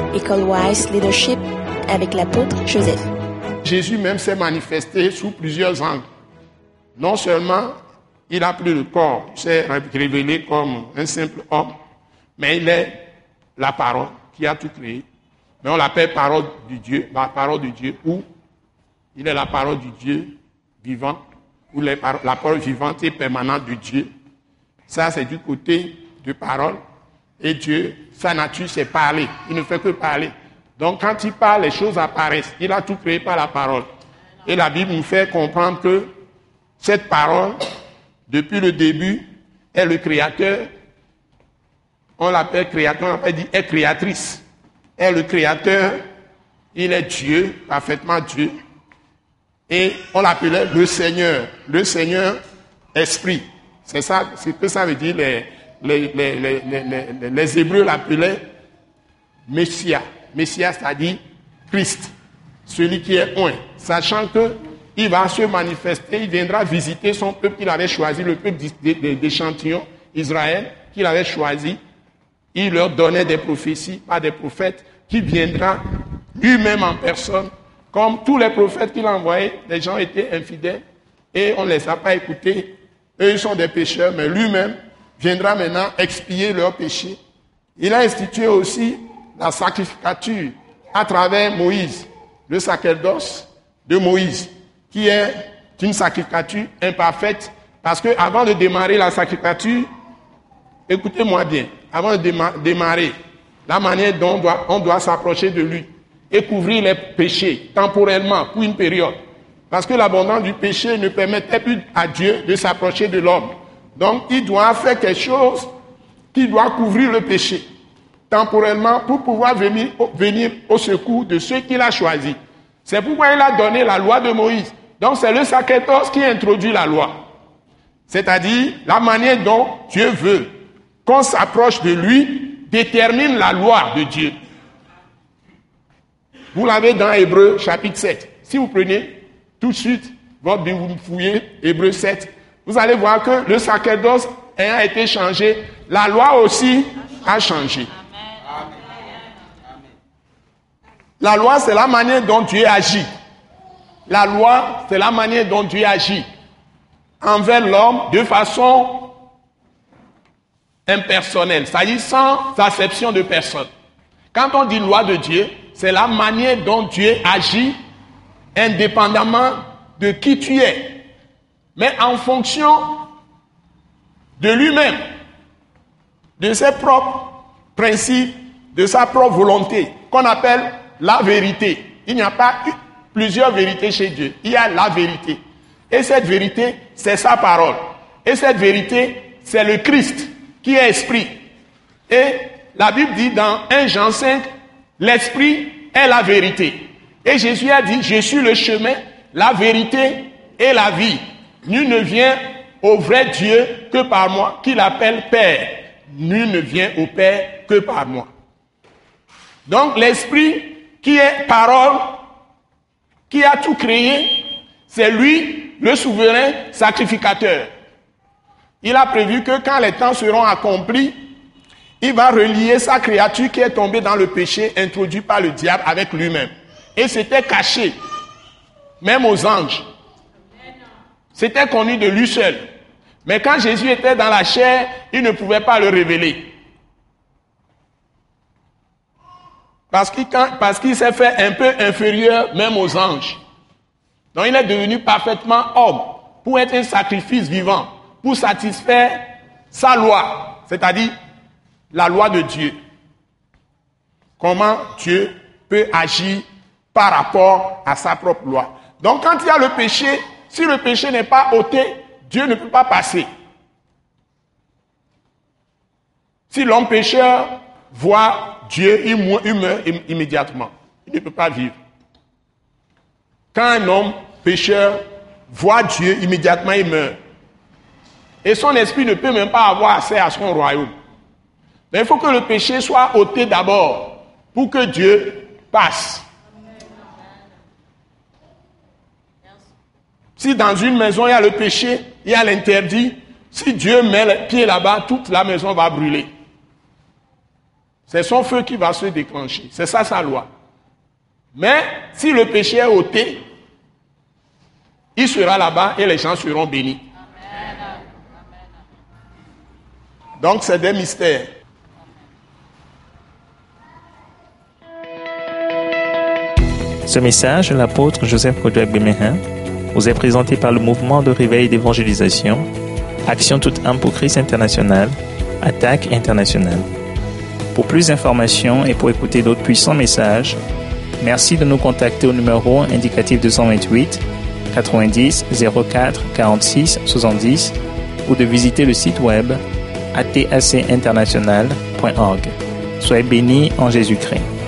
École Wise Leadership avec l'apôtre Joseph. Jésus même s'est manifesté sous plusieurs angles. Non seulement il a pris le corps, il s'est révélé comme un simple homme, mais il est la parole qui a tout créé. Mais on l'appelle parole du Dieu, la parole du Dieu, ou il est la parole du Dieu vivant, ou la parole vivante et permanente du Dieu. Ça, c'est du côté de parole. Et Dieu, sa nature, c'est parler. Il ne fait que parler. Donc, quand il parle, les choses apparaissent. Il a tout créé par la parole. Et la Bible nous fait comprendre que cette parole, depuis le début, est le créateur. On l'appelle créateur, on l'appelle dit, est créatrice. Est le créateur, il est Dieu, parfaitement Dieu. Et on l'appelait le Seigneur Esprit. C'est ça, c'est que ça veut dire. Les Hébreux l'appelaient Messia. Messia, c'est-à-dire Christ, celui qui est oint. Sachant qu'il va se manifester, il viendra visiter son peuple qu'il avait choisi, le peuple d'échantillon, Israël, qu'il avait choisi. Il leur donnait des prophéties par des prophètes qui viendra lui-même en personne. Comme tous les prophètes qu'il envoyait, les gens étaient infidèles et on ne les a pas écoutés. Eux, ils sont des pécheurs, mais lui-même viendra maintenant expier leurs péchés. Il a institué aussi la sacrificature à travers Moïse, le sacerdoce de Moïse, qui est une sacrificature imparfaite, parce que avant de démarrer la sacrificature, écoutez-moi bien, avant de démarrer, la manière dont on doit s'approcher de lui et couvrir les péchés temporellement pour une période, parce que l'abondance du péché ne permettait plus à Dieu de s'approcher de l'homme. Donc, il doit faire quelque chose qui doit couvrir le péché temporellement pour pouvoir venir au secours de ceux qu'il a choisis. C'est pourquoi il a donné la loi de Moïse. Donc, c'est le sacerdoce qui introduit la loi. C'est-à-dire, la manière dont Dieu veut qu'on s'approche de lui détermine la loi de Dieu. Vous l'avez dans Hébreux chapitre 7. Si vous prenez tout de suite votre Bible, vous fouillez Hébreux 7, vous allez voir que le sacerdoce ayant été changé, la loi aussi a changé. La loi, c'est la manière dont Dieu agit. La loi, c'est la manière dont Dieu agit envers l'homme de façon impersonnelle, c'est-à-dire sans acception de personne. Quand on dit loi de Dieu, c'est la manière dont Dieu agit indépendamment de qui tu es, mais en fonction de lui-même, de ses propres principes, de sa propre volonté, qu'on appelle la vérité. Il n'y a pas plusieurs vérités chez Dieu, il y a la vérité. Et cette vérité, c'est sa parole. Et cette vérité, c'est le Christ qui est esprit. Et la Bible dit dans 1 Jean 5, l'esprit est la vérité. Et Jésus a dit, je suis le chemin, la vérité et la vie. Nul ne vient au vrai Dieu que par moi, qu'il appelle Père. Nul ne vient au Père que par moi. Donc l'esprit qui est parole, qui a tout créé, c'est lui le souverain sacrificateur. Il a prévu que quand les temps seront accomplis, il va relier sa créature qui est tombée dans le péché introduit par le diable avec lui-même. Et c'était caché, même aux anges. C'était connu de lui seul. Mais quand Jésus était dans la chair, il ne pouvait pas le révéler. Parce qu'il s'est fait un peu inférieur même aux anges. Donc il est devenu parfaitement homme pour être un sacrifice vivant, pour satisfaire sa loi, c'est-à-dire la loi de Dieu. Comment Dieu peut agir par rapport à sa propre loi. Donc quand il y a le péché, si le péché n'est pas ôté, Dieu ne peut pas passer. Si l'homme pécheur voit Dieu, il meurt immédiatement. Il ne peut pas vivre. Quand un homme pécheur voit Dieu, immédiatement il meurt. Et son esprit ne peut même pas avoir accès à son royaume. Mais il faut que le péché soit ôté d'abord pour que Dieu passe. Si dans une maison il y a le péché, il y a l'interdit, si Dieu met le pied là-bas, toute la maison va brûler. C'est son feu qui va se déclencher. C'est ça sa loi. Mais si le péché est ôté, il sera là-bas et les gens seront bénis. Donc c'est des mystères. Ce message de l'apôtre Joseph Kodouak Bemehin vous est présenté par le mouvement de réveil d'évangélisation, Action toute âme pour Christ international, Attaque internationale. Pour plus d'informations et pour écouter d'autres puissants messages, merci de nous contacter au numéro indicatif 228 90 04 46 70 ou de visiter le site web atacinternational.org. Soyez bénis en Jésus-Christ.